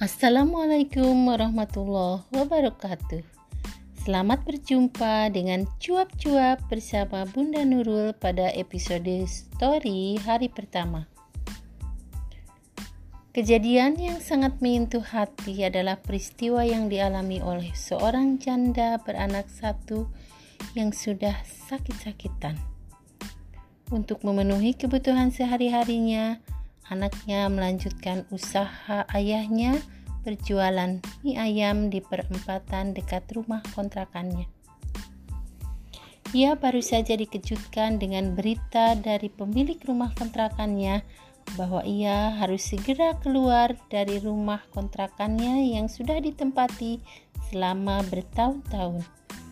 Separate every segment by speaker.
Speaker 1: Assalamualaikum warahmatullahi wabarakatuh. Selamat berjumpa dengan cuap-cuap bersama Bunda Nurul pada episode story hari pertama. Kejadian yang sangat menyentuh hati adalah peristiwa yang dialami oleh seorang janda beranak satu yang sudah sakit-sakitan. Untuk memenuhi kebutuhan sehari-harinya, anaknya melanjutkan usaha ayahnya berjualan mie ayam di perempatan dekat rumah kontrakannya. Ia baru saja dikejutkan dengan berita dari pemilik rumah kontrakannya bahwa ia harus segera keluar dari rumah kontrakannya yang sudah ditempati selama bertahun-tahun.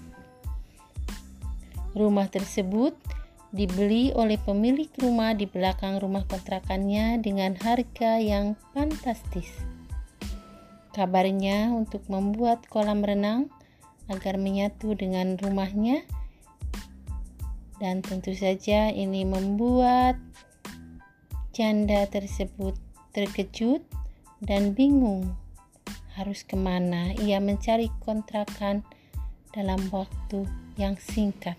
Speaker 1: Rumah tersebut dibeli oleh pemilik rumah di belakang rumah kontrakannya dengan harga yang fantastis. Kabarnya untuk membuat kolam renang agar menyatu dengan rumahnya, dan tentu saja ini membuat janda tersebut terkejut dan bingung harus kemana ia mencari kontrakan dalam waktu yang singkat.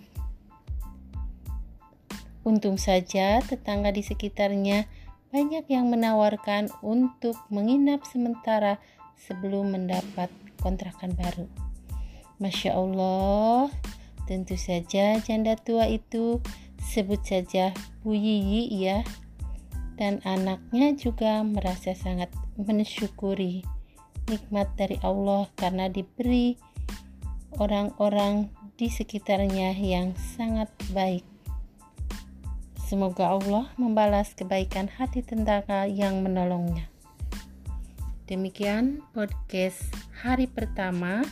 Speaker 1: Untung saja tetangga di sekitarnya banyak yang menawarkan untuk menginap sementara sebelum mendapat kontrakan baru. Masya Allah, tentu saja janda tua itu, sebut saja Bu Yiyi ya, dan anaknya juga merasa sangat mensyukuri nikmat dari Allah karena diberi orang-orang di sekitarnya yang sangat baik. Semoga Allah membalas kebaikan hati tetangga yang menolongnya. Demikian podcast hari pertama.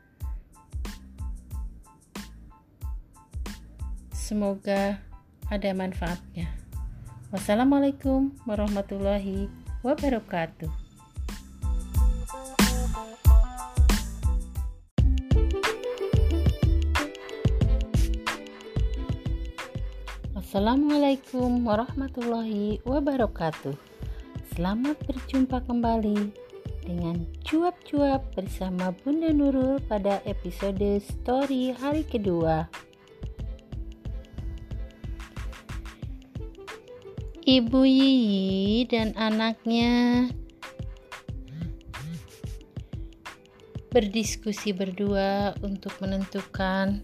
Speaker 1: Semoga ada manfaatnya. Wassalamualaikum warahmatullahi wabarakatuh. Assalamualaikum warahmatullahi wabarakatuh. Selamat berjumpa kembali dengan cuap-cuap bersama Bunda Nurul pada episode story hari kedua. Ibu Yiyi dan anaknya berdiskusi berdua untuk menentukan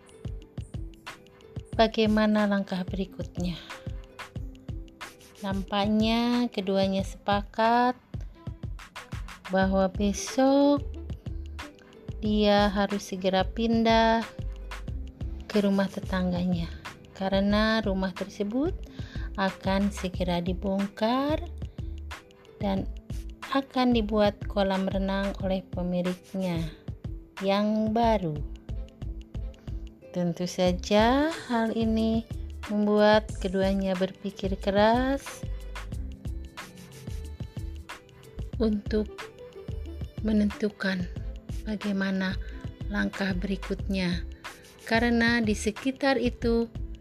Speaker 1: bagaimana langkah berikutnya. Nampaknya keduanya sepakat bahwa besok dia harus segera pindah ke rumah tetangganya karena rumah tersebut akan segera dibongkar dan akan dibuat kolam renang oleh pemiliknya yang baru. Tentu saja hal ini membuat keduanya berpikir keras untuk menentukan bagaimana langkah berikutnya, karena di sekitar itu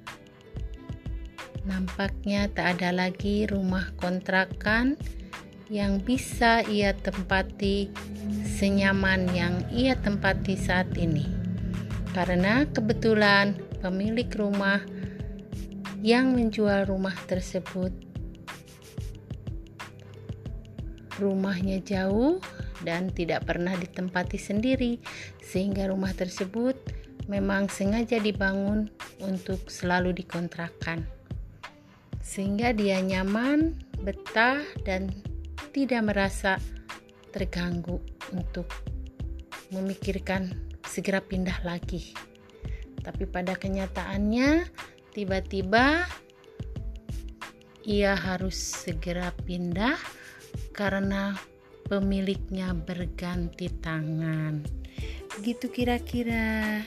Speaker 1: nampaknya tak ada lagi rumah kontrakan yang bisa ia tempati senyaman yang ia tempati saat ini. Karena kebetulan pemilik rumah yang menjual rumah tersebut rumahnya jauh dan tidak pernah ditempati sendiri, sehingga rumah tersebut memang sengaja dibangun untuk selalu dikontrakan, sehingga dia nyaman, betah, dan tidak merasa terganggu untuk memikirkan segera pindah lagi. Tapi pada kenyataannya tiba-tiba ia harus segera pindah karena pemiliknya berganti tangan. Begitu kira-kira.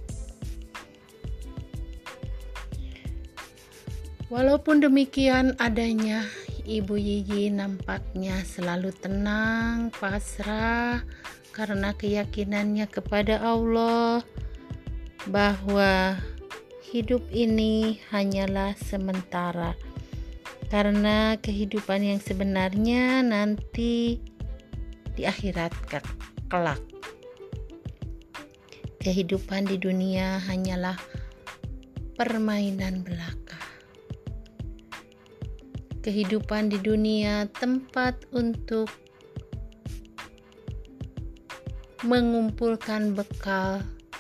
Speaker 1: Walaupun demikian adanya, Ibu Yiyi nampaknya selalu tenang, pasrah, karena keyakinannya kepada Allah bahwa hidup ini hanyalah sementara, karena kehidupan yang sebenarnya nanti di akhirat kelak. Kehidupan di dunia hanyalah permainan belaka. Kehidupan di dunia tempat untuk mengumpulkan bekal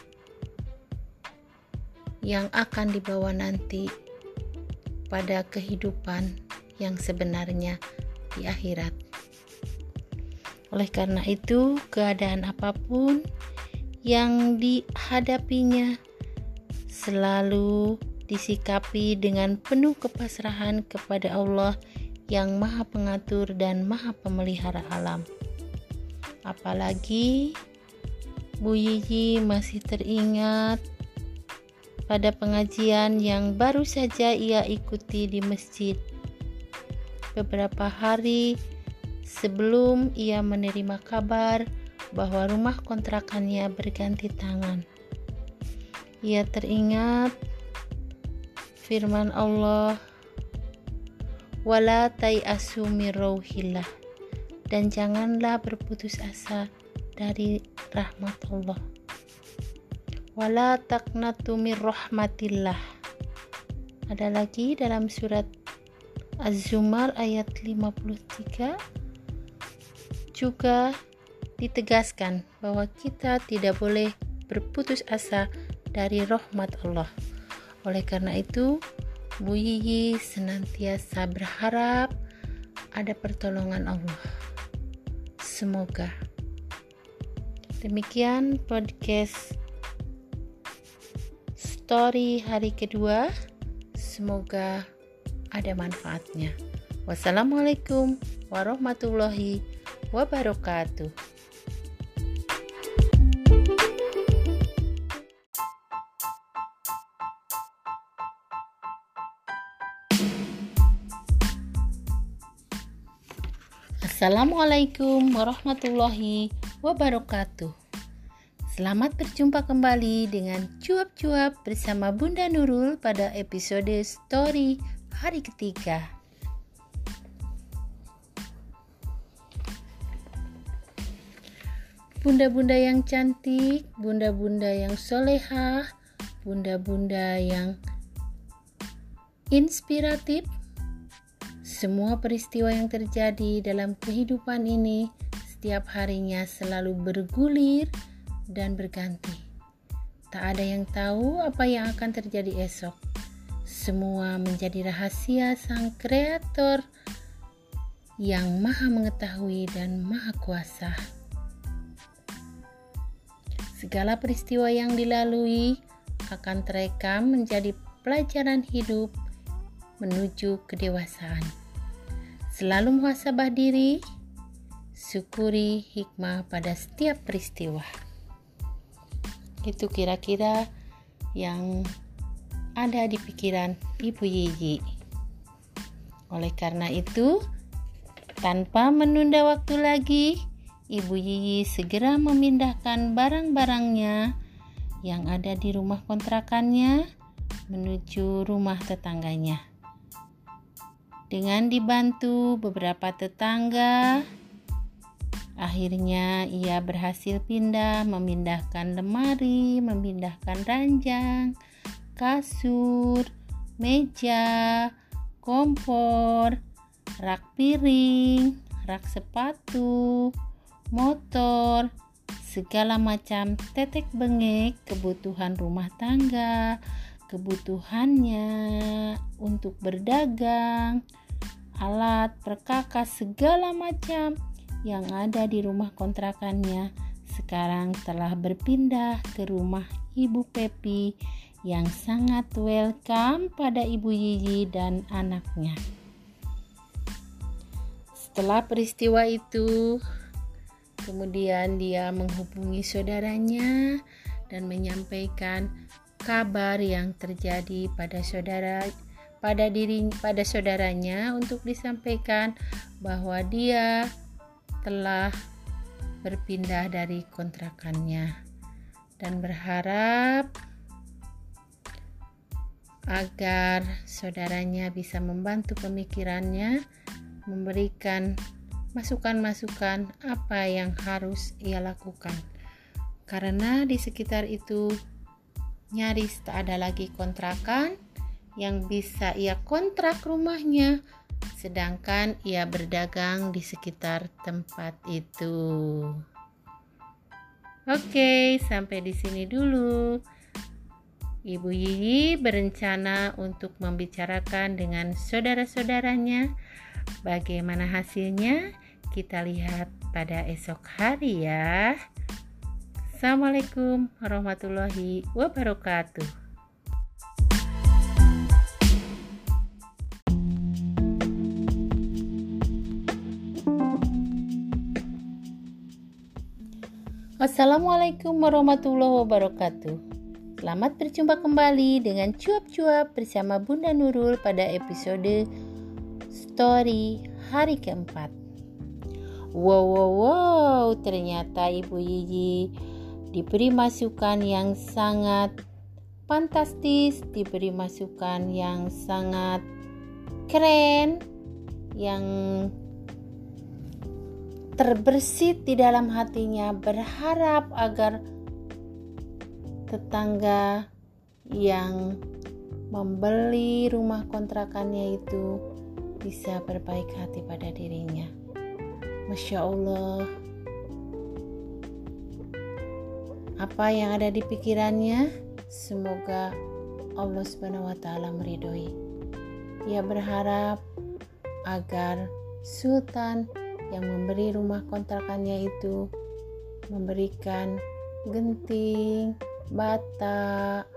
Speaker 1: yang akan dibawa nanti pada kehidupan yang sebenarnya di akhirat. Oleh karena itu, keadaan apapun yang dihadapinya selalu disikapi dengan penuh kepasrahan kepada Allah yang Maha Pengatur dan Maha Pemelihara alam. Apalagi Bu Yiyi masih teringat pada pengajian yang baru saja ia ikuti di masjid beberapa hari sebelum ia menerima kabar bahwa rumah kontrakannya berganti tangan. Ia teringat firman Allah, wala tai'asu mir rauhillah, dan janganlah berputus asa dari rahmat Allah. Wala taqnatu mir rahmatillah. Ada lagi dalam surat Az-Zumar ayat 53 juga ditegaskan bahwa kita tidak boleh berputus asa dari rahmat Allah. Oleh karena itu, Bu Yiyi senantiasa berharap ada pertolongan Allah. Semoga. Demikian podcast story hari kedua. Semoga ada manfaatnya. Wassalamualaikum warahmatullahi wabarakatuh. Assalamualaikum warahmatullahi wabarakatuh. Selamat berjumpa kembali dengan cuap-cuap bersama Bunda Nurul pada episode story hari ketiga. Bunda-bunda yang cantik, bunda-bunda yang solehah, bunda-bunda yang inspiratif, semua peristiwa yang terjadi dalam kehidupan ini setiap harinya selalu bergulir dan berganti. Tak ada yang tahu apa yang akan terjadi esok. Semua menjadi rahasia Sang Kreator yang Maha Mengetahui dan Maha Kuasa. Segala peristiwa yang dilalui akan terekam menjadi pelajaran hidup menuju kedewasaan. Selalu muhasabah diri, syukuri hikmah pada setiap peristiwa. Itu kira-kira yang ada di pikiran Ibu Yiyi. Oleh karena itu, tanpa menunda waktu lagi, Ibu Yiyi segera memindahkan barang-barangnya yang ada di rumah kontrakannya menuju rumah tetangganya. Dengan dibantu beberapa tetangga, akhirnya ia berhasil memindahkan lemari, memindahkan ranjang, kasur, meja, kompor, rak piring, rak sepatu, motor, segala macam tetek bengek kebutuhan rumah tangga, kebutuhannya untuk berdagang, alat perkakas segala macam yang ada di rumah kontrakannya sekarang telah berpindah ke rumah Ibu Pepi yang sangat welcome pada Ibu Yiyi dan anaknya. Setelah peristiwa itu, kemudian dia menghubungi saudaranya dan menyampaikan kabar yang terjadi pada saudaranya untuk disampaikan bahwa dia telah berpindah dari kontrakannya dan berharap agar saudaranya bisa membantu pemikirannya, memberikan masukan-masukan apa yang harus ia lakukan. Karena di sekitar itu nyaris tak ada lagi kontrakan yang bisa ia kontrak rumahnya, sedangkan ia berdagang di sekitar tempat itu. Oke, sampai di sini dulu. Ibu Yiyi berencana untuk membicarakan dengan saudara-saudaranya. Bagaimana hasilnya? Kita lihat pada esok hari ya. Assalamualaikum warahmatullahi wabarakatuh. Assalamualaikum warahmatullahi wabarakatuh. Selamat berjumpa kembali dengan cuap-cuap bersama Bunda Nurul pada episode story hari keempat. Wow, ternyata Ibu Yiyi diberi masukan yang sangat fantastis, diberi masukan yang sangat keren, yang terbersit di dalam hatinya, berharap agar tetangga yang membeli rumah kontrakannya itu bisa berbaik hati pada dirinya. Masya Allah, apa yang ada di pikirannya, semoga Allah Subhanahu wa Ta'ala meridhoi. Ia berharap agar Sultan yang memberi rumah kontrakannya itu memberikan genting, bata,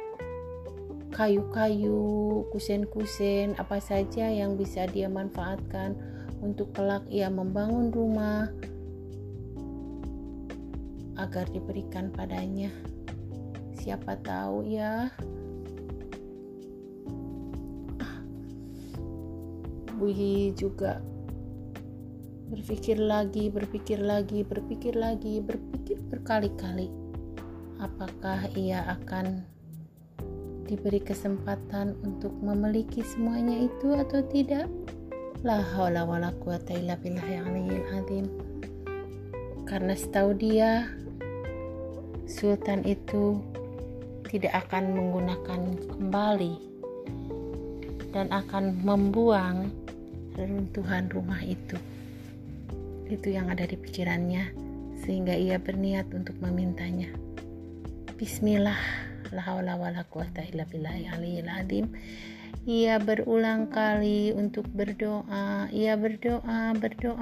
Speaker 1: kayu-kayu, kusen-kusen, apa saja yang bisa dia manfaatkan untuk kelak ia membangun rumah agar diberikan padanya. Siapa tahu ya. Bu Yiyi juga berpikir berkali-kali, apakah ia akan diberi kesempatan untuk memiliki semuanya itu atau tidak. La haula wala quwata illa billahil aliyyil azim. Karena setahu dia, Sultan itu tidak akan menggunakan kembali dan akan membuang reruntuhan rumah itu. Itu yang ada di pikirannya, sehingga ia berniat untuk memintanya. Bismillah, la haula wala quwata illa billahil aliyyil azim. Ia berulang kali untuk berdoa. Ia berdoa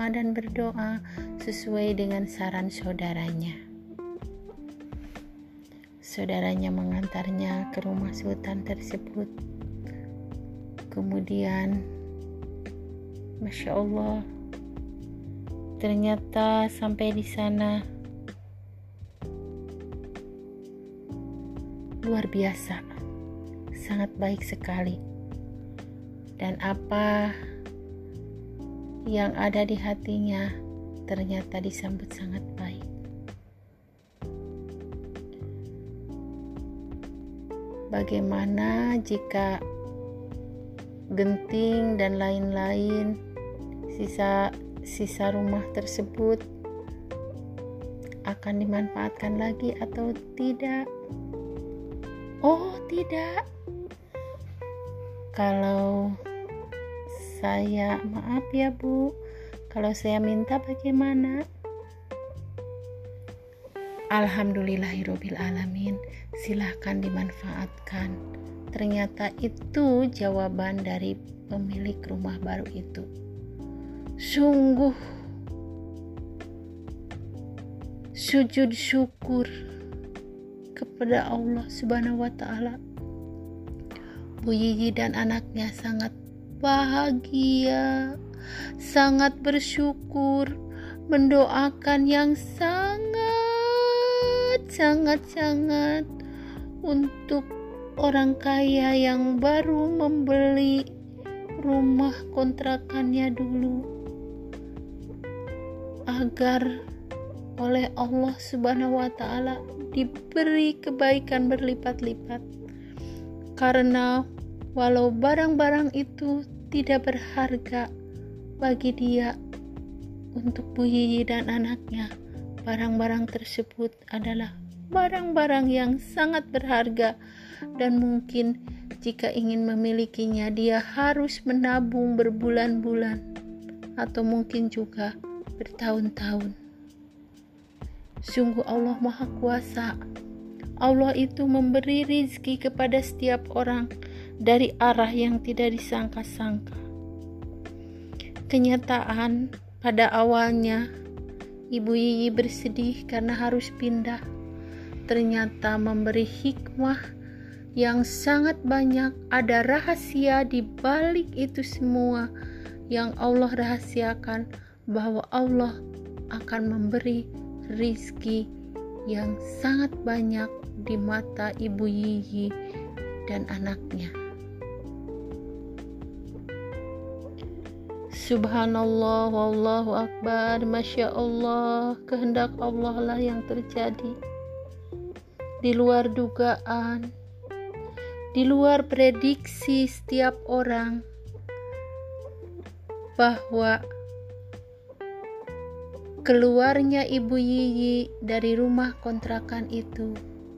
Speaker 1: sesuai dengan saran saudaranya. Saudaranya mengantarnya ke rumah Sultan tersebut. Kemudian, Masya Allah, ternyata sampai di sana luar biasa, sangat baik sekali. Dan apa yang ada di hatinya ternyata disambut sangat baik. Bagaimana jika genting dan lain-lain sisa rumah tersebut akan dimanfaatkan lagi atau tidak? Oh, tidak. Kalau saya, maaf ya Bu, kalau saya minta bagaimana? Alhamdulillahirabbil alamin, silahkan dimanfaatkan. Ternyata itu jawaban dari pemilik rumah baru itu. Sungguh sujud syukur kepada Allah Subhanahu wa Ta'ala. Bu Yiyi dan anaknya sangat bahagia, sangat bersyukur, mendoakan yang sangat untuk orang kaya yang baru membeli rumah kontrakannya dulu, agar oleh Allah Subhanahu wa Ta'ala diberi kebaikan berlipat-lipat. Karena walau barang-barang itu tidak berharga bagi dia, untuk Bu Yiyi dan anaknya. Barang-barang tersebut adalah barang-barang yang sangat berharga dan mungkin jika ingin memilikinya dia harus menabung berbulan-bulan atau mungkin juga bertahun-tahun. Sungguh Allah Maha Kuasa. Allah itu memberi rizki kepada setiap orang dari arah yang tidak disangka-sangka. Kenyataan pada awalnya Ibu Yiyi bersedih karena harus pindah. Ternyata memberi hikmah yang sangat banyak. Ada rahasia di balik itu semua yang Allah rahasiakan, bahwa Allah akan memberi rizki yang sangat banyak di mata Ibu Yiyi dan anaknya. Subhanallah, wallahu akbar, Masya Allah, kehendak Allah lah yang terjadi. Di luar dugaan, di luar prediksi setiap orang, bahwa keluarnya Ibu Yiyi dari rumah kontrakan itu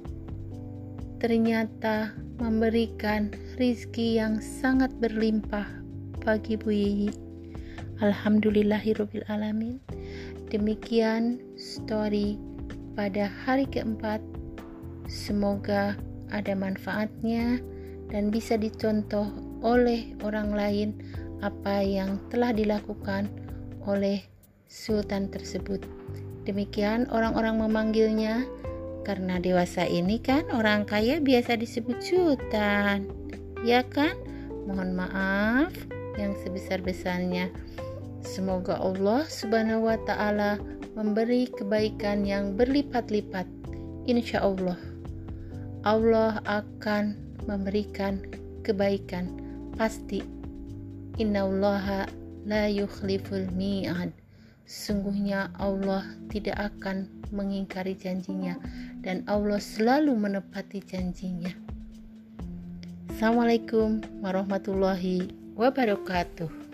Speaker 1: ternyata memberikan rizki yang sangat berlimpah bagi Bu Yiyi. Alhamdulillahirabbil alamin. Demikian story pada hari keempat. Semoga ada manfaatnya dan bisa dicontoh oleh orang lain apa yang telah dilakukan oleh sultan tersebut. Demikian orang-orang memanggilnya, karena dewasa ini kan orang kaya biasa disebut sultan, ya kan? Mohon maaf yang sebesar-besarnya. Semoga Allah Subhanahu wa ta'ala memberi kebaikan yang berlipat-lipat. Insya Allah Allah akan memberikan kebaikan pasti. Innallaha la yukhliful mi'ad. Sungguhnya Allah tidak akan mengingkari janjinya dan Allah selalu menepati janjinya. Assalamualaikum warahmatullahi wabarakatuh.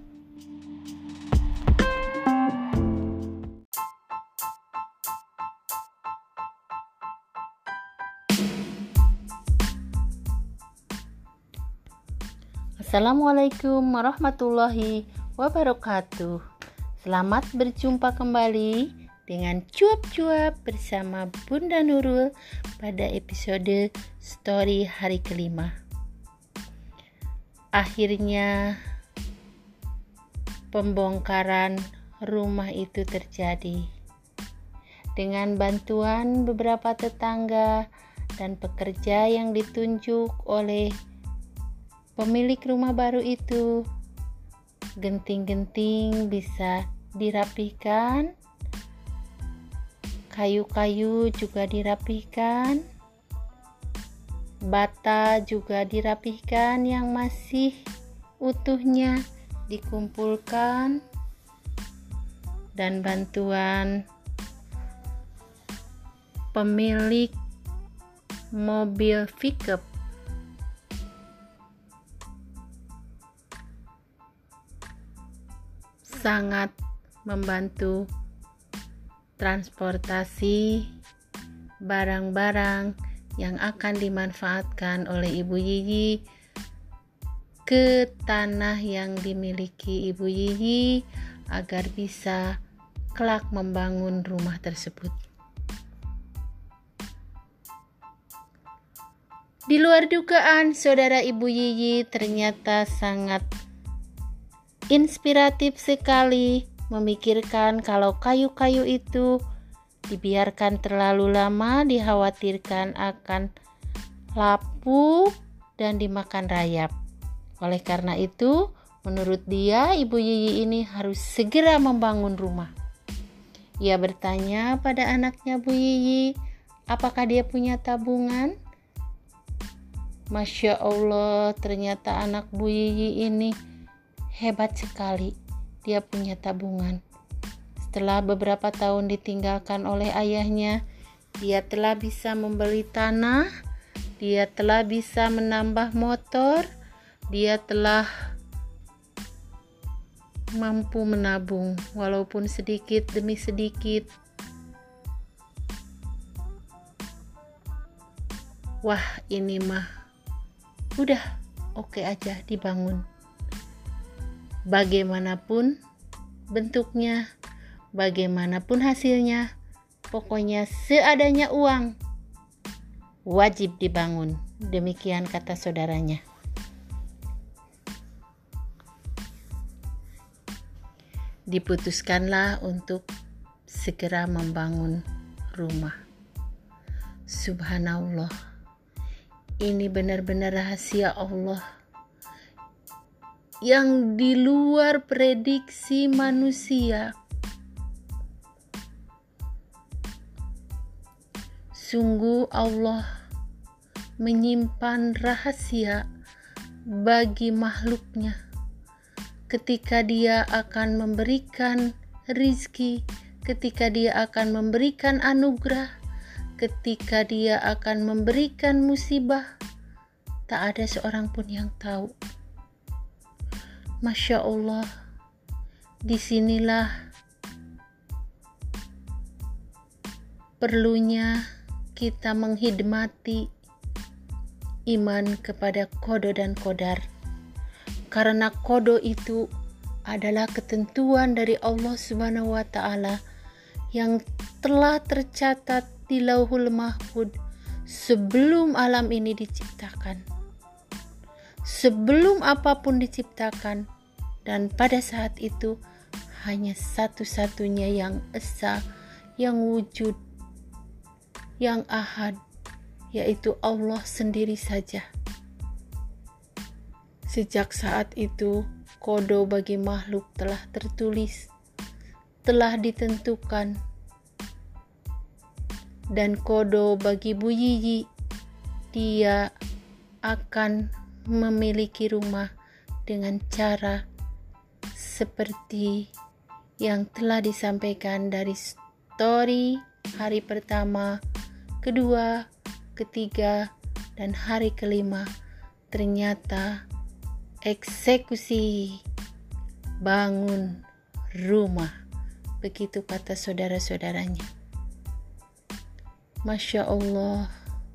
Speaker 1: Assalamualaikum warahmatullahi wabarakatuh. Selamat berjumpa kembali dengan cuap-cuap bersama Bunda Nurul pada episode story hari kelima. Akhirnya pembongkaran rumah itu terjadi dengan bantuan beberapa tetangga dan pekerja yang ditunjuk oleh pemilik rumah baru itu. Genting-genting bisa dirapihkan, kayu-kayu juga dirapihkan, bata juga dirapihkan yang masih utuhnya dikumpulkan, dan bantuan pemilik mobil pickup sangat membantu transportasi barang-barang yang akan dimanfaatkan oleh Ibu Yiyi ke tanah yang dimiliki Ibu Yiyi agar bisa kelak membangun rumah tersebut. Di luar dugaan, saudara Ibu Yiyi ternyata sangat inspiratif sekali memikirkan kalau kayu-kayu itu dibiarkan terlalu lama dikhawatirkan akan lapuk dan dimakan rayap. Oleh karena itu, menurut dia Ibu Yiyi ini harus segera membangun rumah. Ia bertanya pada anaknya Bu Yiyi, apakah dia punya tabungan? Masya Allah, ternyata anak Bu Yiyi ini hebat sekali. Dia punya tabungan. Setelah beberapa tahun ditinggalkan oleh ayahnya, dia telah bisa membeli tanah, dia telah bisa menambah motor, dia telah mampu menabung walaupun sedikit demi sedikit. Wah, ini mah udah oke aja dibangun. Bagaimanapun bentuknya, bagaimanapun hasilnya, pokoknya seadanya uang wajib dibangun. Demikian kata saudaranya. Diputuskanlah untuk segera membangun rumah. Subhanallah, ini benar-benar rahasia Allah yang di luar prediksi manusia. Sungguh Allah menyimpan rahasia bagi makhluknya ketika Dia akan memberikan rizki, ketika Dia akan memberikan anugerah, ketika Dia akan memberikan musibah. Tak ada seorang pun yang tahu. Masya Allah, disinilah perlunya kita menghormati iman kepada qada dan qadar. Karena qada itu adalah ketentuan dari Allah Subhanahu wa Ta'ala yang telah tercatat di Lauhul Mahfuz sebelum alam ini diciptakan, sebelum apapun diciptakan. Dan pada saat itu hanya satu-satunya yang esa, yang wujud, yang ahad, yaitu Allah sendiri saja. Sejak saat itu, qada bagi makhluk telah tertulis, telah ditentukan. Dan qada bagi Bu Yiyi, dia akan memiliki rumah dengan cara seperti yang telah disampaikan dari story hari pertama, kedua, ketiga, dan hari kelima. Ternyata eksekusi bangun rumah, begitu kata saudara-saudaranya. Masya Allah,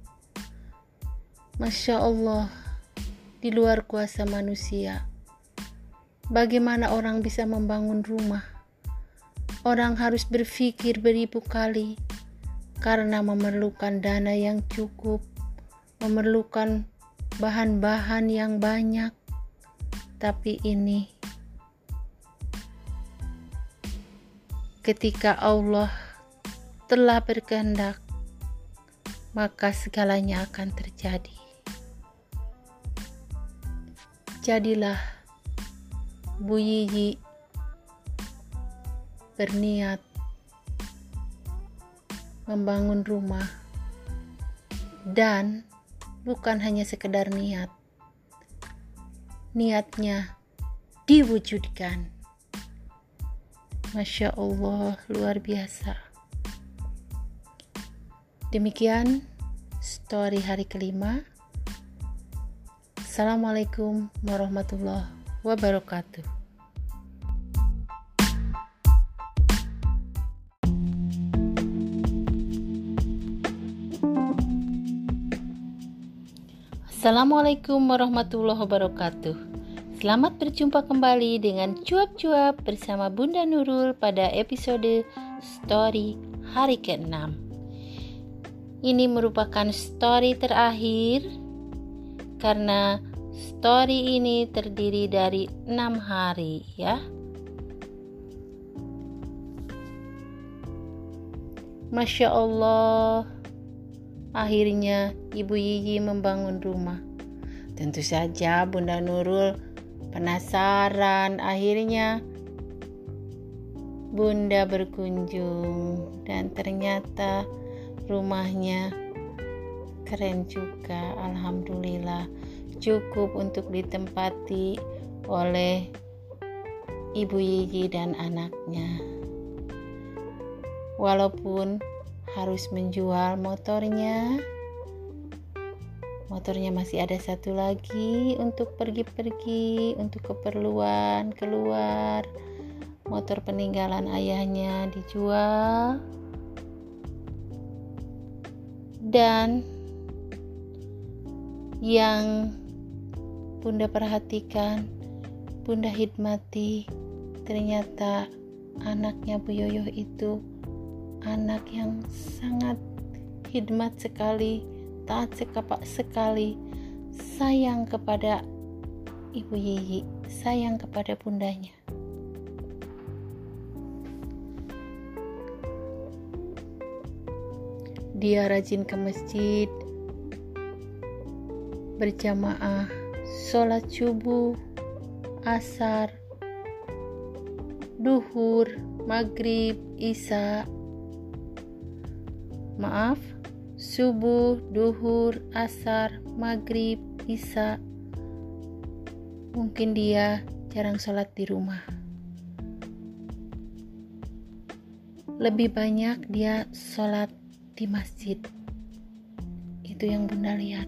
Speaker 1: Masya Allah, di luar kuasa manusia. Bagaimana orang bisa membangun rumah? Orang harus berpikir beribu kali karena memerlukan dana yang cukup, memerlukan bahan-bahan yang banyak. Tapi ini ketika Allah telah berkehendak, maka segalanya akan terjadi. Jadilah Bu Yiyi berniat membangun rumah, dan bukan hanya sekedar niat, niatnya diwujudkan. Masya Allah, luar biasa. Demikian story hari kelima. Assalamualaikum warahmatullahi wabarakatuh. Assalamualaikum warahmatullahi wabarakatuh. Selamat berjumpa kembali dengan cuap-cuap bersama Bunda Nurul pada episode story hari ke-6. Ini merupakan story terakhir karena story ini terdiri dari 6 hari ya. Masya Allah, akhirnya Ibu Yiyi membangun rumah. Tentu saja Bunda Nurul penasaran. Akhirnya Bunda berkunjung dan ternyata rumahnya keren juga. Alhamdulillah, cukup untuk ditempati oleh Ibu Yiyi dan anaknya. Walaupun harus menjual motornya, Motornya masih ada satu lagi untuk pergi-pergi, untuk keperluan keluar. Motor peninggalan ayahnya dijual. Dan yang Bunda perhatikan, Bunda hikmati, ternyata anaknya Bu Yoyo itu anak yang sangat hikmat sekali, taat sekali, sayang kepada Ibu Yiyi, sayang kepada bundanya. Dia rajin ke masjid, berjamaah, sholat subuh, asar, duhur, maghrib, isya. Subuh, duhur, asar, maghrib, isya. Mungkin dia jarang sholat di rumah. Lebih banyak dia sholat di masjid. Itu yang Bunda lihat.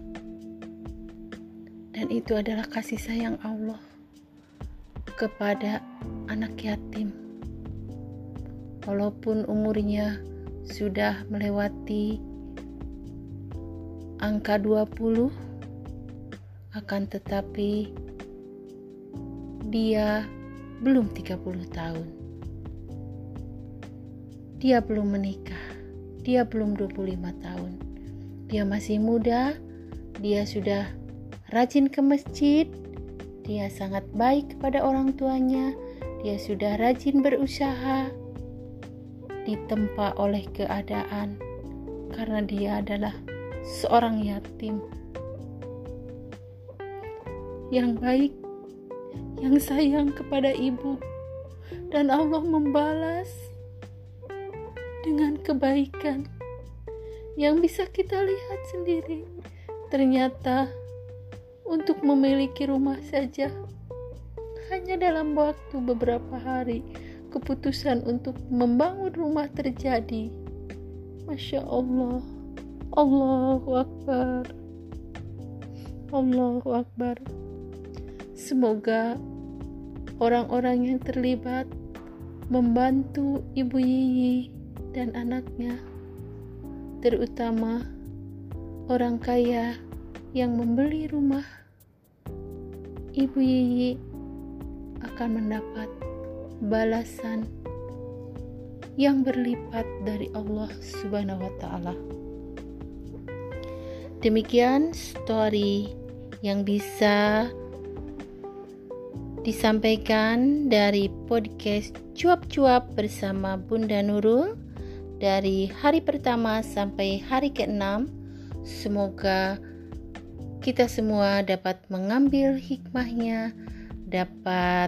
Speaker 1: Dan itu adalah kasih sayang Allah kepada anak yatim. Walaupun umurnya sudah melewati angka 20, akan tetapi dia belum 30 tahun. Dia belum menikah. Dia belum 25 tahun. Dia masih muda. Dia sudah rajin ke masjid. Dia sangat baik kepada orang tuanya. Dia sudah rajin berusaha. Ditempa oleh keadaan karena dia adalah seorang yatim yang baik, yang sayang kepada ibu, dan Allah membalas dengan kebaikan yang bisa kita lihat sendiri. Ternyata untuk memiliki rumah saja hanya dalam waktu beberapa hari keputusan untuk membangun rumah terjadi. Masya Allah. Allahu Akbar. Allahu Akbar. Semoga orang-orang yang terlibat membantu Ibu Yiyi dan anaknya, terutama orang kaya yang membeli rumah Ibu Yiyi, akan mendapat balasan yang berlipat dari Allah Subhanahu wa Ta'ala. Demikian story yang bisa disampaikan dari podcast Cuap-Cuap bersama Bunda Nurul dari hari pertama sampai hari ke-6. Semoga kita semua dapat mengambil hikmahnya, dapat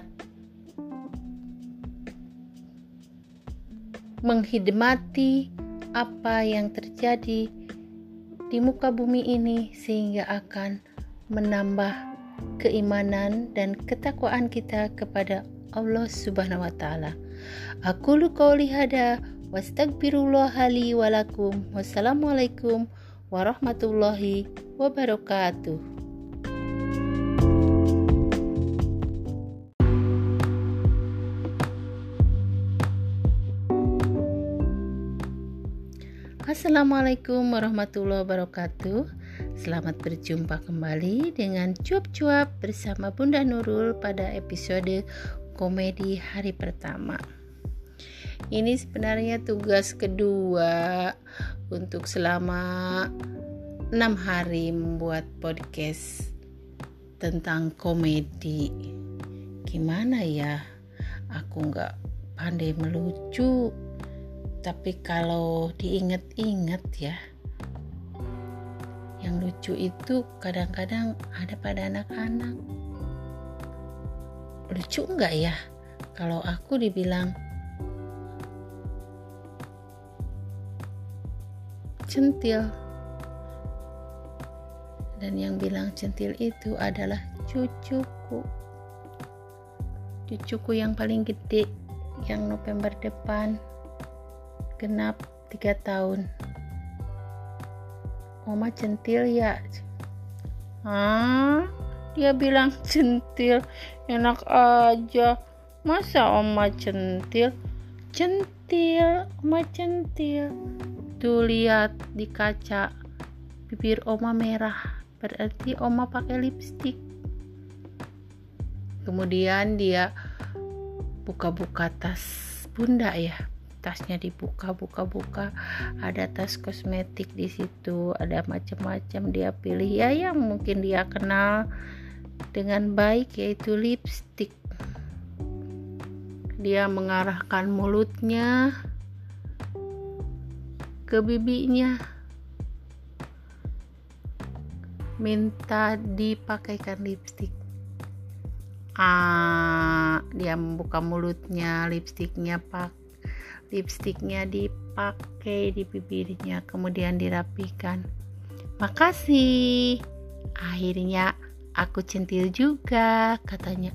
Speaker 1: menghidmati apa yang terjadi di muka bumi ini, sehingga akan menambah keimanan dan ketakwaan kita kepada Allah Subhanahu wa Ta'ala. Aqulu qouli hada wastaghfirullaha li wa lakum. Wassalamualaikum warahmatullahi wabarakatuh. Assalamualaikum warahmatullahi wabarakatuh. Selamat berjumpa kembali dengan Cuap-Cuap bersama Bunda Nurul pada episode komedi hari pertama. Ini sebenarnya tugas kedua untuk selama 6 hari membuat podcast tentang komedi. Gimana ya? Aku gak pandai melucu. Tapi kalau diingat-ingat ya, yang lucu itu kadang-kadang ada pada anak-anak. Lucu enggak ya kalau aku dibilang centil? Dan yang bilang centil itu adalah cucuku. Cucuku yang paling gede, yang November depan genap 3 tahun. Oma centil ya. Dia bilang centil. Enak aja. Masa Oma centil? Centil, Oma centil. Tuh lihat di kaca, bibir Oma merah. Berarti Oma pakai lipstik. Kemudian dia buka-buka tas bunda ya. Tasnya dibuka, ada tas kosmetik di situ, ada macam-macam. Dia pilih ya yang mungkin dia kenal dengan baik, yaitu lipstik. Dia mengarahkan mulutnya ke bibinya, minta dipakaikan lipstik. Dia membuka mulutnya, lipstiknya dipakai di bibirnya, kemudian dirapikan. Makasih, akhirnya aku centil juga, katanya.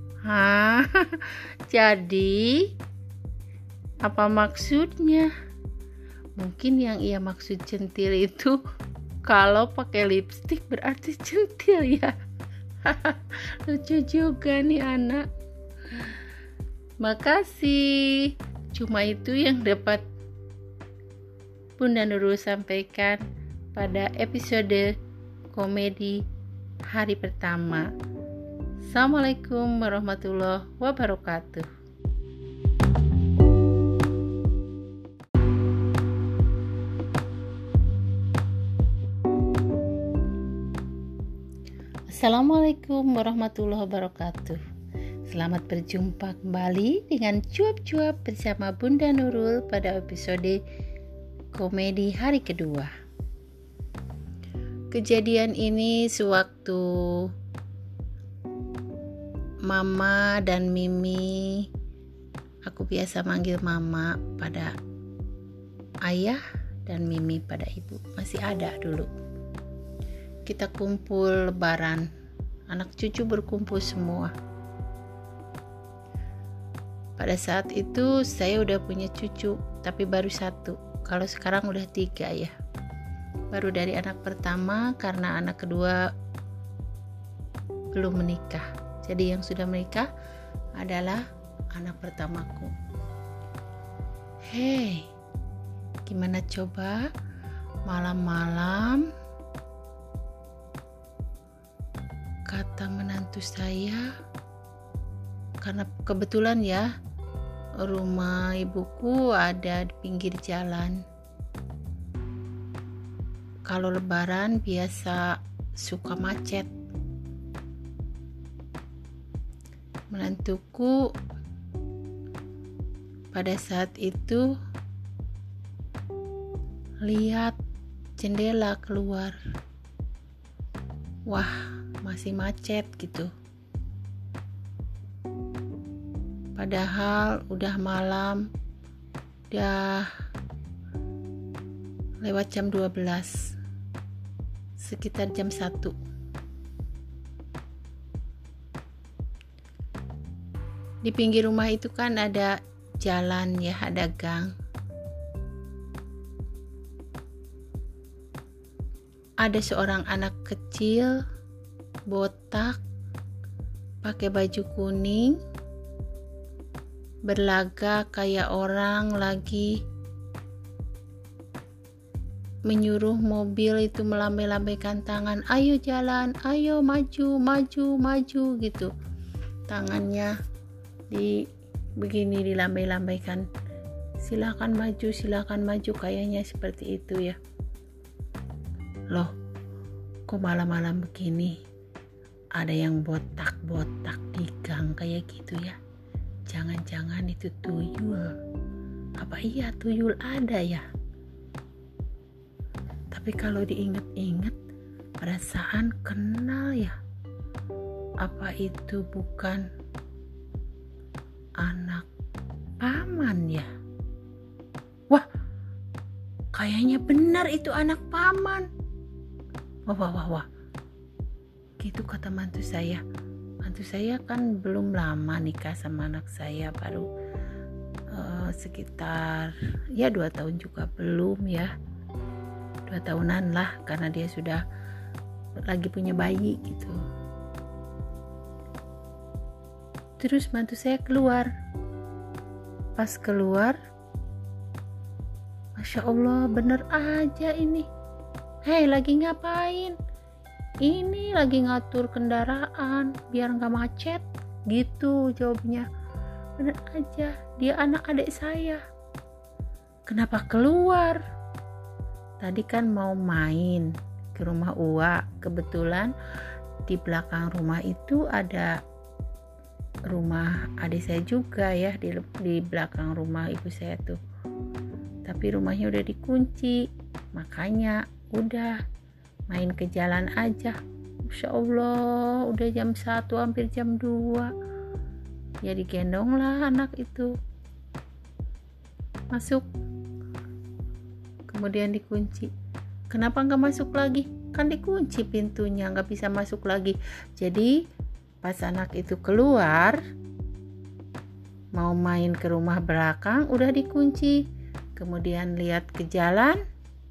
Speaker 1: Jadi apa maksudnya? Mungkin yang ia maksud centil itu kalau pakai lipstik berarti centil ya. Lucu juga nih anak. Makasih. Cuma itu yang dapat Bunda Nurul sampaikan pada episode komedi hari pertama. Assalamualaikum warahmatullahi wabarakatuh. Assalamualaikum warahmatullahi wabarakatuh. Selamat berjumpa kembali dengan cuap-cuap bersama Bunda Nurul pada episode komedi hari kedua. Kejadian ini sewaktu Mama dan Mimi, aku biasa manggil Mama pada ayah dan Mimi pada ibu, masih ada dulu. Kita kumpul lebaran, anak cucu berkumpul semua. Pada saat itu saya udah punya cucu, tapi baru 1. Kalau sekarang udah 3 ya. Baru dari anak pertama, karena anak kedua belum menikah. Jadi yang sudah menikah adalah anak pertamaku. Hei, gimana coba malam-malam kata menantu saya, karena kebetulan ya rumah ibuku ada di pinggir jalan. Kalau lebaran biasa suka macet. Menantuku pada saat itu lihat jendela keluar. Wah, masih macet gitu. Padahal udah malam, udah lewat jam 12, sekitar jam 1. Di pinggir rumah itu kan ada jalan ya, ada gang. Ada seorang anak kecil, botak, pakai baju kuning, berlagak kayak orang lagi menyuruh mobil itu melambai-lambaikan tangan, ayo jalan, ayo maju gitu. Tangannya begini dilambai-lambaikan, silakan maju, kayaknya seperti itu ya. Loh, kok malam-malam begini ada yang botak-botak di gang kayak gitu ya? Jangan-jangan itu tuyul. Apa iya tuyul ada ya? Tapi kalau diingat-ingat, perasaan kenal ya. Apa itu bukan anak paman ya? Wah, kayaknya benar itu anak paman. Wah. Gitu kata mantu saya. Mantu saya kan belum lama nikah sama anak saya, baru sekitar ya 2 tahun juga belum ya. 2 tahunan lah, karena dia sudah lagi punya bayi gitu. Terus mantu saya keluar. Pas keluar, Masya Allah, bener aja ini. Hei, lagi ngapain? Ini lagi ngatur kendaraan biar gak macet. Gitu jawabnya. Bener aja, dia anak adik saya. Kenapa keluar? Tadi kan mau main ke rumah Uwa. Kebetulan di belakang rumah itu ada rumah adik saya juga ya, di belakang rumah ibu saya tuh. Tapi rumahnya udah dikunci, makanya udah main ke jalan aja. Masya Allah, udah jam 1 hampir jam 2. Ya digendong lah anak itu masuk, kemudian dikunci. Kenapa nggak masuk lagi? Kan dikunci pintunya, nggak bisa masuk lagi. Jadi pas anak itu keluar mau main ke rumah belakang udah dikunci. Kemudian lihat ke jalan,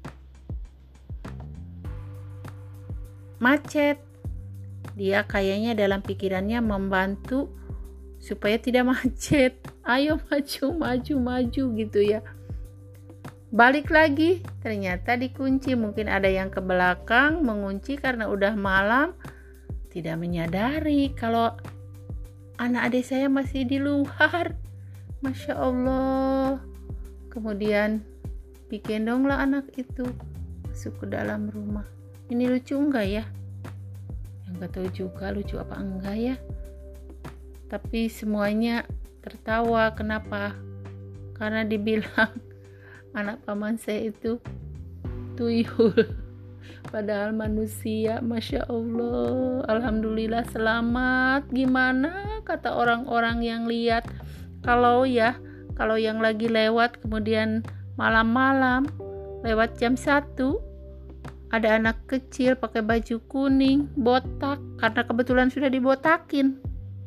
Speaker 1: macet. Dia kayaknya dalam pikirannya membantu supaya tidak macet. Ayo maju gitu ya. Balik lagi, ternyata dikunci. Mungkin ada yang ke belakang mengunci karena udah malam, tidak menyadari kalau anak adik saya masih di luar. Masya Allah. Kemudian digendonglah anak itu masuk ke dalam rumah. Ini lucu enggak ya? Yang gak tahu juga lucu apa enggak ya. Tapi semuanya tertawa. Kenapa? Karena dibilang anak paman saya itu tuyul, padahal manusia. Masya Allah, alhamdulillah selamat. Gimana kata orang-orang yang lihat? Kalau yang lagi lewat kemudian malam-malam lewat jam 1 ada anak kecil pakai baju kuning botak, karena kebetulan sudah dibotakin,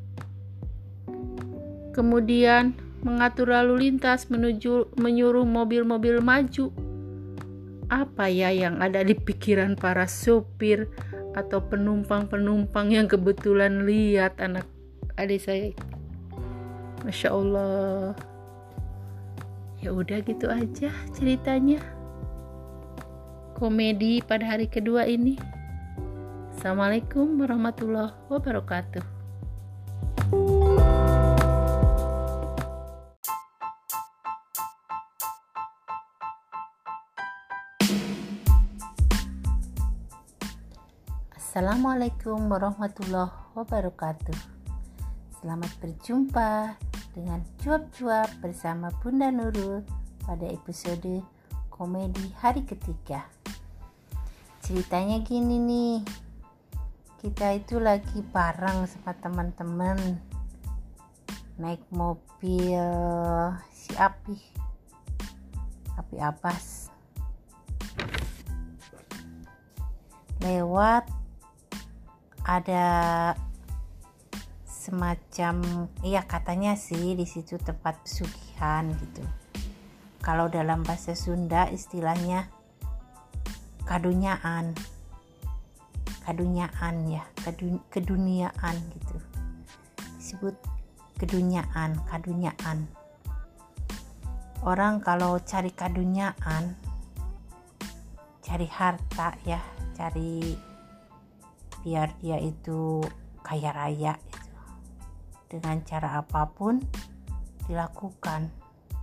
Speaker 1: kemudian mengatur lalu lintas menyuruh mobil-mobil maju. Apa ya yang ada di pikiran para sopir atau penumpang-penumpang yang kebetulan lihat anak adik saya? Masya Allah. Ya udah gitu aja ceritanya. Komedi pada hari kedua ini. Assalamualaikum warahmatullahi wabarakatuh. Assalamualaikum warahmatullahi wabarakatuh. Selamat berjumpa dengan cuap-cuap bersama Bunda Nurul pada episode komedi hari ketiga. Ceritanya gini nih, kita itu lagi bareng sama teman-teman naik mobil si Api Abbas lewat. Ada semacam, iya katanya sih di situ tempat pesugihan gitu. Kalau dalam bahasa Sunda istilahnya kadunyaan ya, keduniaan gitu. Disebut kadunyaan. Orang kalau cari kadunyaan, cari harta ya, cari biar dia itu kaya raya gitu. Dengan cara apapun dilakukan.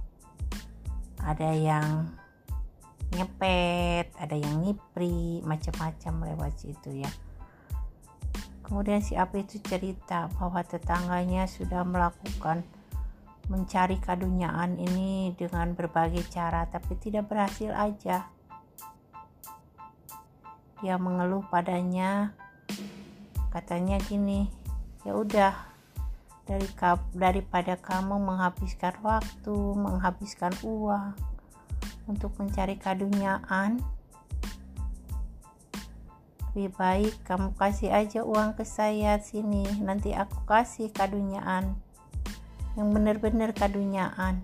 Speaker 1: Ada yang nyepet, ada yang ngipri, macam-macam lewat situ ya. Kemudian si Api itu cerita bahwa tetangganya sudah melakukan mencari kadunyaan ini dengan berbagai cara, tapi tidak berhasil aja. Dia mengeluh padanya, katanya gini, ya udah, daripada kamu menghabiskan waktu, menghabiskan uang untuk mencari kadunyaan, lebih baik kamu kasih aja uang ke saya sini, nanti aku kasih kadunyaan yang benar-benar kadunyaan.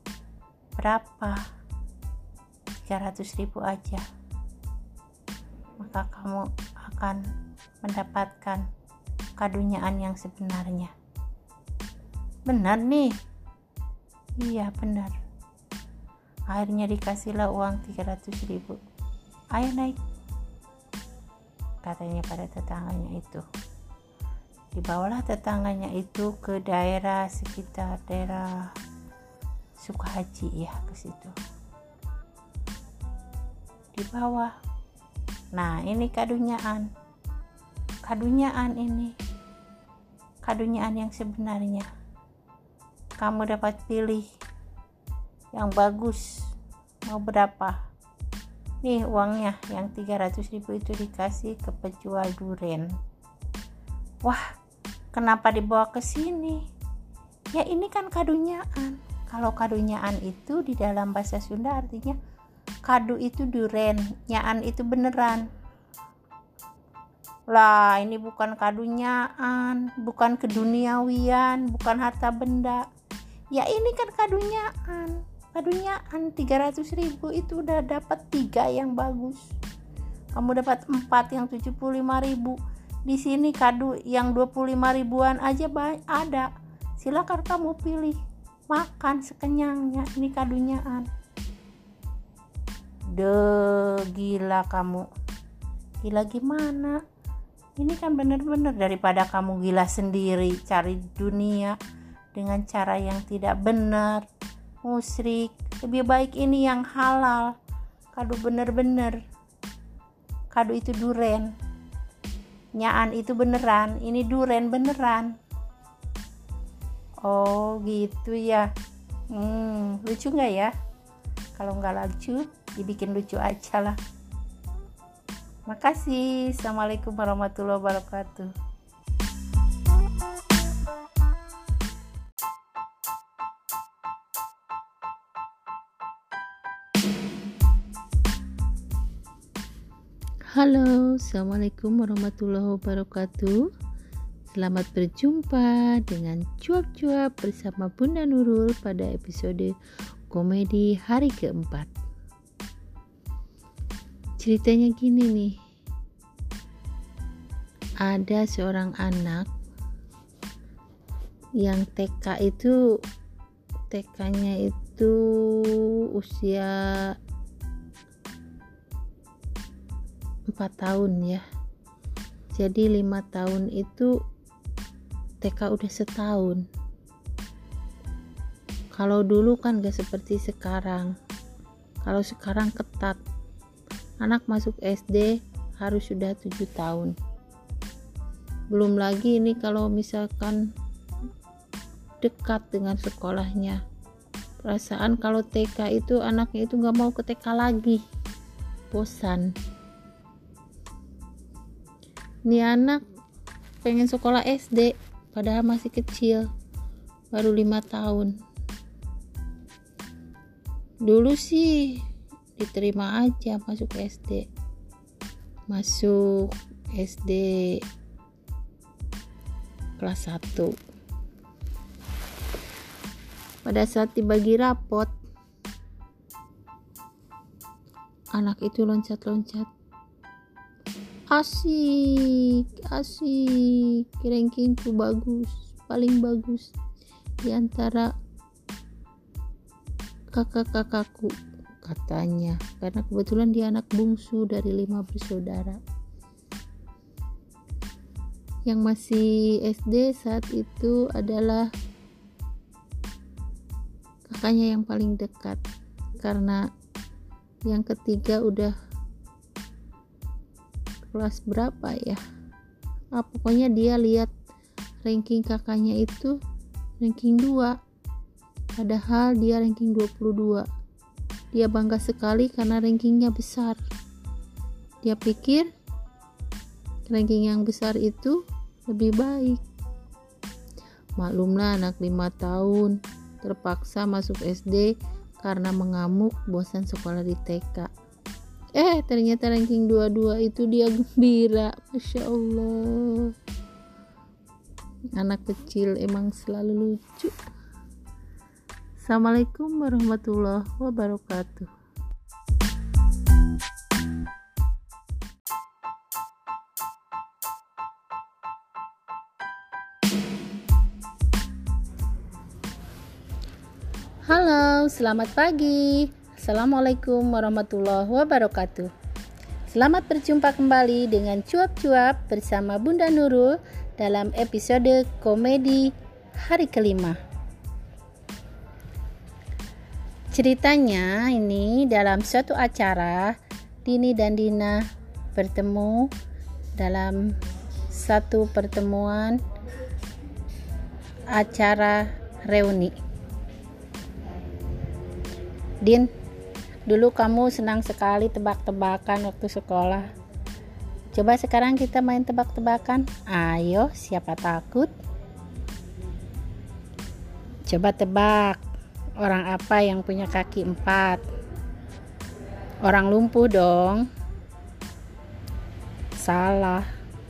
Speaker 1: Berapa? 300.000 aja. maka kamu akan mendapatkan kadunyaan yang sebenarnya. Benar nih? Iya benar. Akhirnya dikasihlah uang 300.000. Ayo naik, katanya pada tetangganya itu. Dibawalah tetangganya itu ke daerah sekitar daerah Sukahaji ya, ke situ. Dibawa. Nah, ini kadunyaan ini. Kadunyaan yang sebenarnya. Kamu dapat pilih yang bagus. Mau berapa? Nih uangnya, yang 300.000 itu dikasih ke penjual durian. Wah, kenapa dibawa ke sini? Ya ini kan kadunyaan. Kalau kadunyaan itu di dalam bahasa Sunda artinya kadu itu duren, nyaan itu beneran. Lah, ini bukan kadunyaan, bukan keduniawian, bukan harta benda. Ya ini kan kadunyaan. Kadunyaan 300.000 itu udah dapat 3 yang bagus. Kamu dapat 4 yang 75.000. Di sini kado yang 25.000-an aja ada. Silakan kamu pilih. Makan sekenyangnya. Ini kadunyaan. Gila kamu. Gila gimana? Ini kan bener-bener daripada kamu gila sendiri cari dunia dengan cara yang tidak benar, musyrik. Lebih baik ini yang halal. Kado bener-bener. Kado itu duren. Nyaan itu beneran. Ini duren beneran. Oh gitu ya. Lucu gak ya? Kalau gak lucu, dibikin lucu aja lah. Makasih. Assalamualaikum warahmatullahi wabarakatuh. Halo, assalamualaikum warahmatullahi wabarakatuh. Selamat berjumpa dengan cuap-cuap bersama Bunda Nurul pada episode komedi hari keempat. Ceritanya gini nih. Ada seorang anak yang TK-nya itu usia 4 tahun ya. Jadi 5 tahun itu TK udah setahun. Kalau dulu kan gak seperti sekarang. Kalau sekarang ketat. Anak masuk SD harus sudah 7 tahun. Belum lagi ini kalau misalkan dekat dengan sekolahnya. Perasaan kalau TK itu anaknya itu gak mau ke TK lagi. Bosan. Ini anak pengen sekolah SD padahal masih kecil, baru 5 tahun. Dulu sih diterima aja masuk SD kelas 1. Pada saat dibagi rapot, anak itu loncat-loncat. Asik, rankingku bagus, paling bagus di antara kakak-kakakku, katanya, karena kebetulan dia anak bungsu dari 5 bersaudara. Yang masih SD saat itu adalah kakaknya yang paling dekat, karena yang ketiga udah kelas berapa ya, pokoknya dia lihat ranking kakaknya itu ranking 2, padahal dia ranking 22. Dia bangga sekali karena rankingnya besar. Dia pikir ranking yang besar itu lebih baik. Maklumlah anak 5 tahun terpaksa masuk SD karena mengamuk bosan sekolah di TK. Ternyata ranking 22 itu dia gembira. Masya Allah. Anak kecil emang selalu lucu. Assalamualaikum warahmatullahi wabarakatuh. Halo, selamat pagi. Assalamualaikum warahmatullahi wabarakatuh. Selamat berjumpa kembali dengan Cuap-Cuap bersama Bunda Nurul dalam episode komedi hari kelima. Ceritanya ini dalam suatu acara, Dini dan Dina bertemu dalam satu pertemuan acara reuni. Din, dulu kamu senang sekali tebak-tebakan waktu sekolah. Coba sekarang kita main tebak-tebakan. Ayo, siapa takut? Coba tebak, orang apa yang punya kaki 4? Orang lumpuh dong. Salah.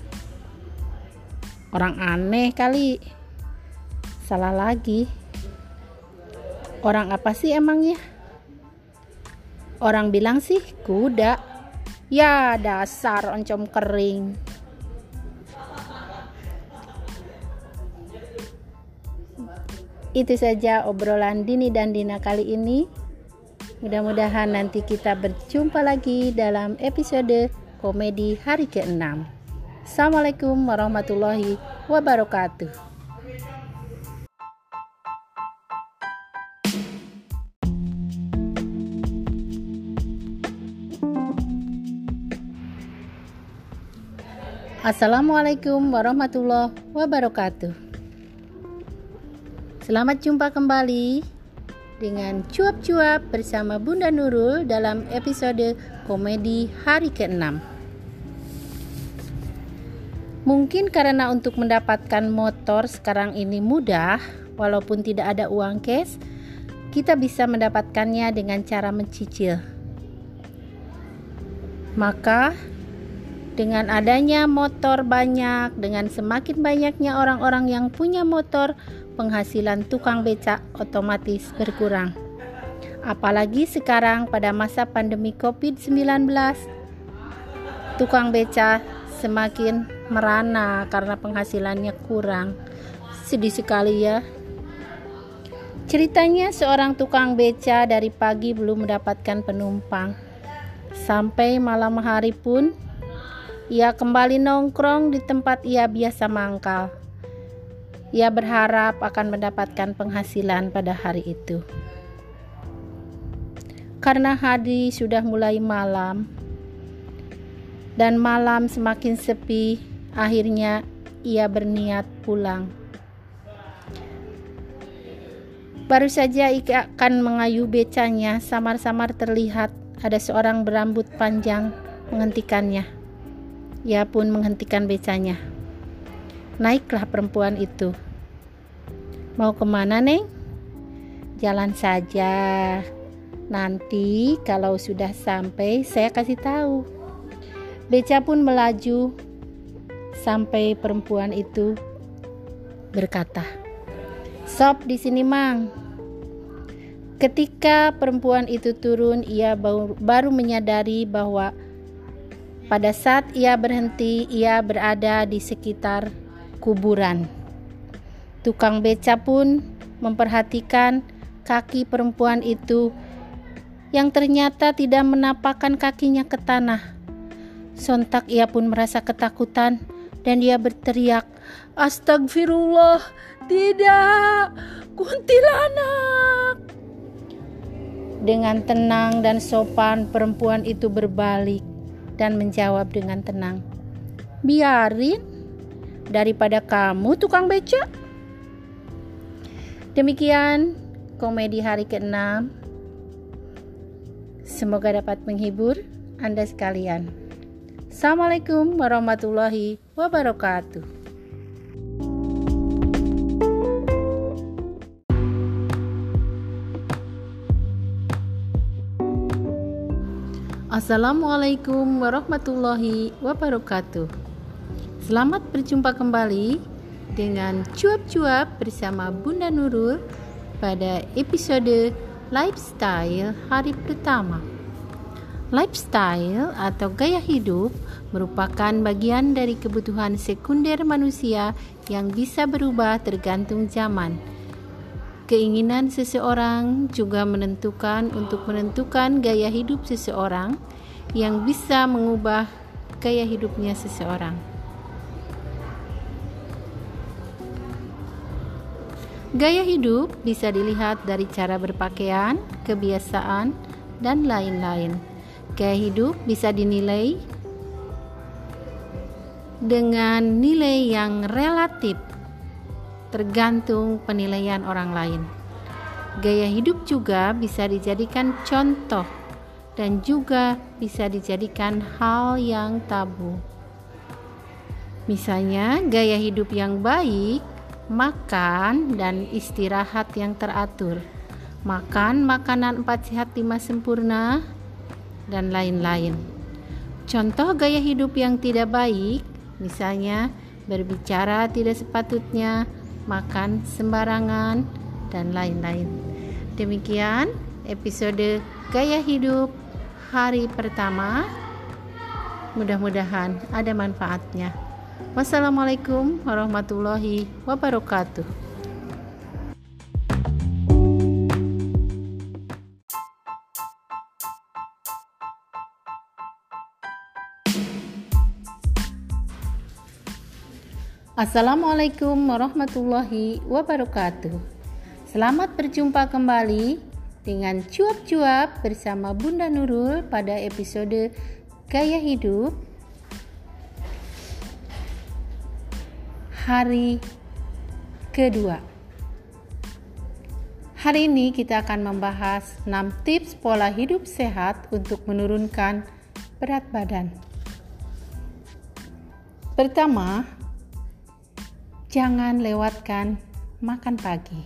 Speaker 1: Orang aneh kali. Salah lagi. Orang apa sih emangnya? Orang bilang sih kuda. Ya, dasar oncom kering. Itu saja obrolan Dini dan Dina kali ini. Mudah-mudahan nanti kita berjumpa lagi dalam episode komedi hari ke-6. Assalamualaikum warahmatullahi wabarakatuh. Assalamualaikum warahmatullahi wabarakatuh. Selamat jumpa kembali dengan Cuap-Cuap bersama Bunda Nurul dalam episode komedi hari ke-6. Mungkin karena untuk mendapatkan motor sekarang ini mudah, walaupun tidak ada uang cash, kita bisa mendapatkannya dengan cara mencicil. Maka dengan adanya motor banyak, dengan semakin banyaknya orang-orang yang punya motor, penghasilan tukang becak otomatis berkurang. Apalagi sekarang pada masa pandemi COVID-19, tukang becak semakin merana karena penghasilannya kurang. Sedih sekali ya. Ceritanya seorang tukang becak dari pagi belum mendapatkan penumpang. Sampai malam hari pun ia kembali nongkrong di tempat ia biasa mangkal. Ia berharap akan mendapatkan penghasilan pada hari itu. Karena hari sudah mulai malam dan malam semakin sepi, akhirnya ia berniat pulang. Baru saja ia akan mengayuh becanya, samar-samar terlihat ada seorang berambut panjang menghentikannya. Ia pun menghentikan becanya. Naiklah perempuan itu. Mau kemana, Neng? Jalan saja. Nanti kalau sudah sampai saya kasih tahu. Beca pun melaju sampai perempuan itu berkata, "Sop di sini, Mang." Ketika perempuan itu turun, ia baru menyadari bahwa pada saat ia berhenti, ia berada di sekitar kuburan. Tukang beca pun memperhatikan kaki perempuan itu yang ternyata tidak menapakkan kakinya ke tanah. Sontak ia pun merasa ketakutan dan dia berteriak, "Astagfirullah, tidak, kuntilanak!" Dengan tenang dan sopan perempuan itu berbalik dan menjawab dengan tenang, "Biarin, daripada kamu tukang beca." Demikian komedi hari ke-6. Semoga dapat menghibur Anda sekalian. Assalamualaikum warahmatullahi wabarakatuh. Assalamualaikum warahmatullahi wabarakatuh. Selamat berjumpa kembali dengan Cuap-Cuap bersama Bunda Nurul pada episode Lifestyle hari pertama. Lifestyle atau gaya hidup merupakan bagian dari kebutuhan sekunder manusia yang bisa berubah tergantung zaman. Keinginan seseorang juga menentukan gaya hidup seseorang yang bisa mengubah gaya hidupnya seseorang. Gaya hidup bisa dilihat dari cara berpakaian, kebiasaan, dan lain-lain. Gaya hidup bisa dinilai dengan nilai yang relatif, tergantung penilaian orang lain. Gaya hidup juga bisa dijadikan contoh dan juga bisa dijadikan hal yang tabu. Misalnya, gaya hidup yang baik, makan dan istirahat yang teratur, makan makanan 4 sehat 5 sempurna, dan lain-lain. Contoh gaya hidup yang tidak baik, misalnya berbicara tidak sepatutnya, makan sembarangan, dan lain-lain. Demikian episode gaya hidup hari pertama. Mudah-mudahan ada manfaatnya. Wassalamualaikum warahmatullahi wabarakatuh. Assalamualaikum warahmatullahi wabarakatuh. Selamat berjumpa kembali dengan cuap-cuap bersama Bunda Nurul pada episode Gaya Hidup hari kedua. Hari ini kita akan membahas 6 tips pola hidup sehat untuk menurunkan berat badan. Pertama, jangan lewatkan makan pagi.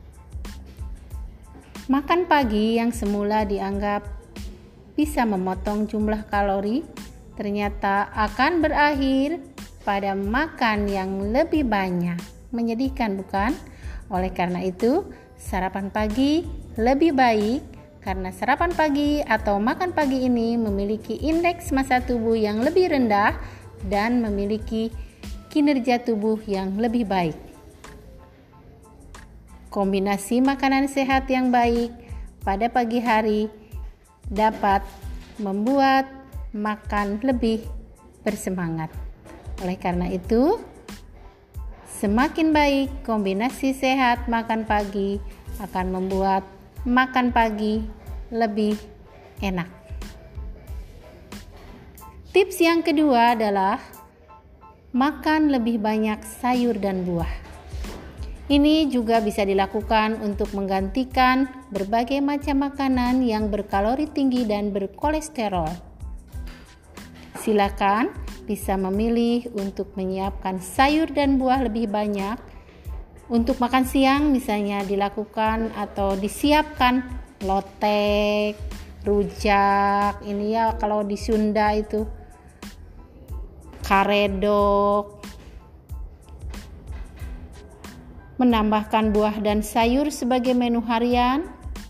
Speaker 1: Makan pagi yang semula dianggap bisa memotong jumlah kalori, ternyata akan berakhir pada makan yang lebih banyak. Menyedihkan, bukan? Oleh karena itu, sarapan pagi lebih baik karena sarapan pagi atau makan pagi ini memiliki indeks massa tubuh yang lebih rendah dan memiliki kinerja tubuh yang lebih baik. Kombinasi makanan sehat yang baik pada pagi hari dapat membuat makan lebih bersemangat. Oleh karena itu, semakin baik kombinasi sehat makan pagi akan membuat makan pagi lebih enak. Tips yang kedua adalah makan lebih banyak sayur dan buah. Ini juga bisa dilakukan untuk menggantikan berbagai macam makanan yang berkalori tinggi dan berkolesterol. Silakan bisa memilih untuk menyiapkan sayur dan buah lebih banyak. Untuk makan siang misalnya dilakukan atau disiapkan lotek, rujak, ini ya kalau di Sunda itu karedok. Menambahkan buah dan sayur sebagai menu harian,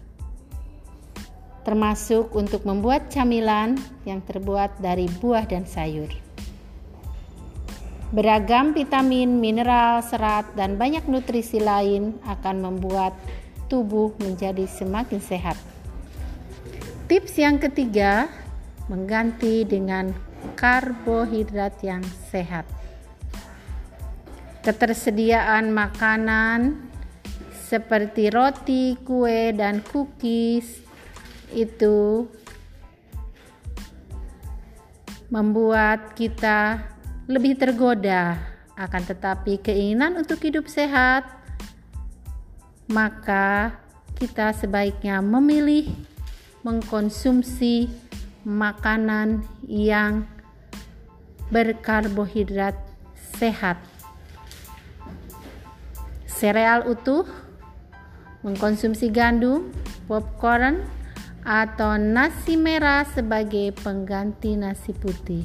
Speaker 1: termasuk untuk membuat camilan yang terbuat dari buah dan sayur. Beragam vitamin, mineral, serat, dan banyak nutrisi lain akan membuat tubuh menjadi semakin sehat. Tips yang ketiga, mengganti dengan karbohidrat yang sehat. Ketersediaan makanan seperti roti, kue, dan cookies itu membuat kita lebih tergoda. Akan tetapi keinginan untuk hidup sehat, maka kita sebaiknya memilih mengkonsumsi makanan yang berkarbohidrat sehat. Sereal utuh, mengkonsumsi gandum, popcorn, atau nasi merah sebagai pengganti nasi putih.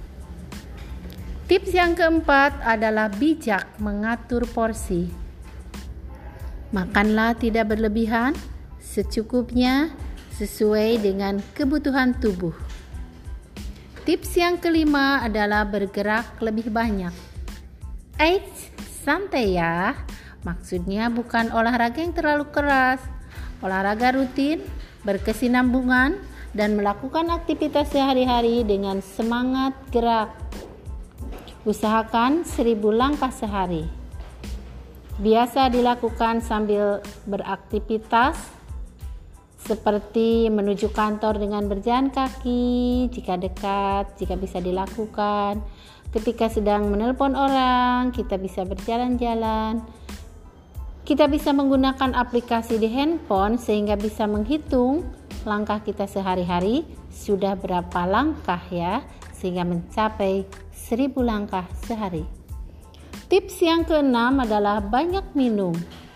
Speaker 1: Tips yang keempat adalah bijak mengatur porsi. Makanlah tidak berlebihan, secukupnya sesuai dengan kebutuhan tubuh. Tips yang kelima adalah bergerak lebih banyak. Santai ya. Maksudnya bukan olahraga yang terlalu keras. Olahraga rutin, berkesinambungan, dan melakukan aktivitas sehari-hari dengan semangat gerak. Usahakan 1000 langkah sehari. Biasa dilakukan sambil beraktivitas seperti menuju kantor dengan berjalan kaki jika dekat, jika bisa dilakukan. Ketika sedang menelpon orang, kita bisa berjalan-jalan. Kita bisa menggunakan aplikasi di handphone sehingga bisa menghitung langkah kita sehari-hari sudah berapa langkah ya, sehingga mencapai 1000 langkah sehari. Tips yang keenam adalah banyak minum.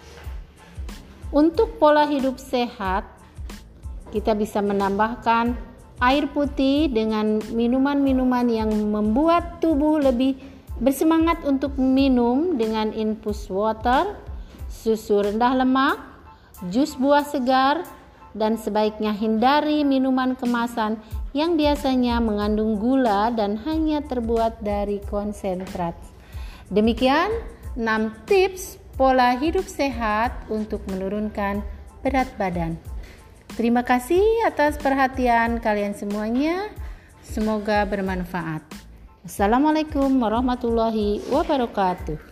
Speaker 1: Untuk pola hidup sehat, kita bisa menambahkan air putih dengan minuman-minuman yang membuat tubuh lebih bersemangat untuk minum dengan infus water, susu rendah lemak, jus buah segar, dan sebaiknya hindari minuman kemasan yang biasanya mengandung gula dan hanya terbuat dari konsentrat. Demikian 6 tips pola hidup sehat untuk menurunkan berat badan. Terima kasih atas perhatian kalian semuanya. Semoga bermanfaat. Assalamualaikum warahmatullahi wabarakatuh.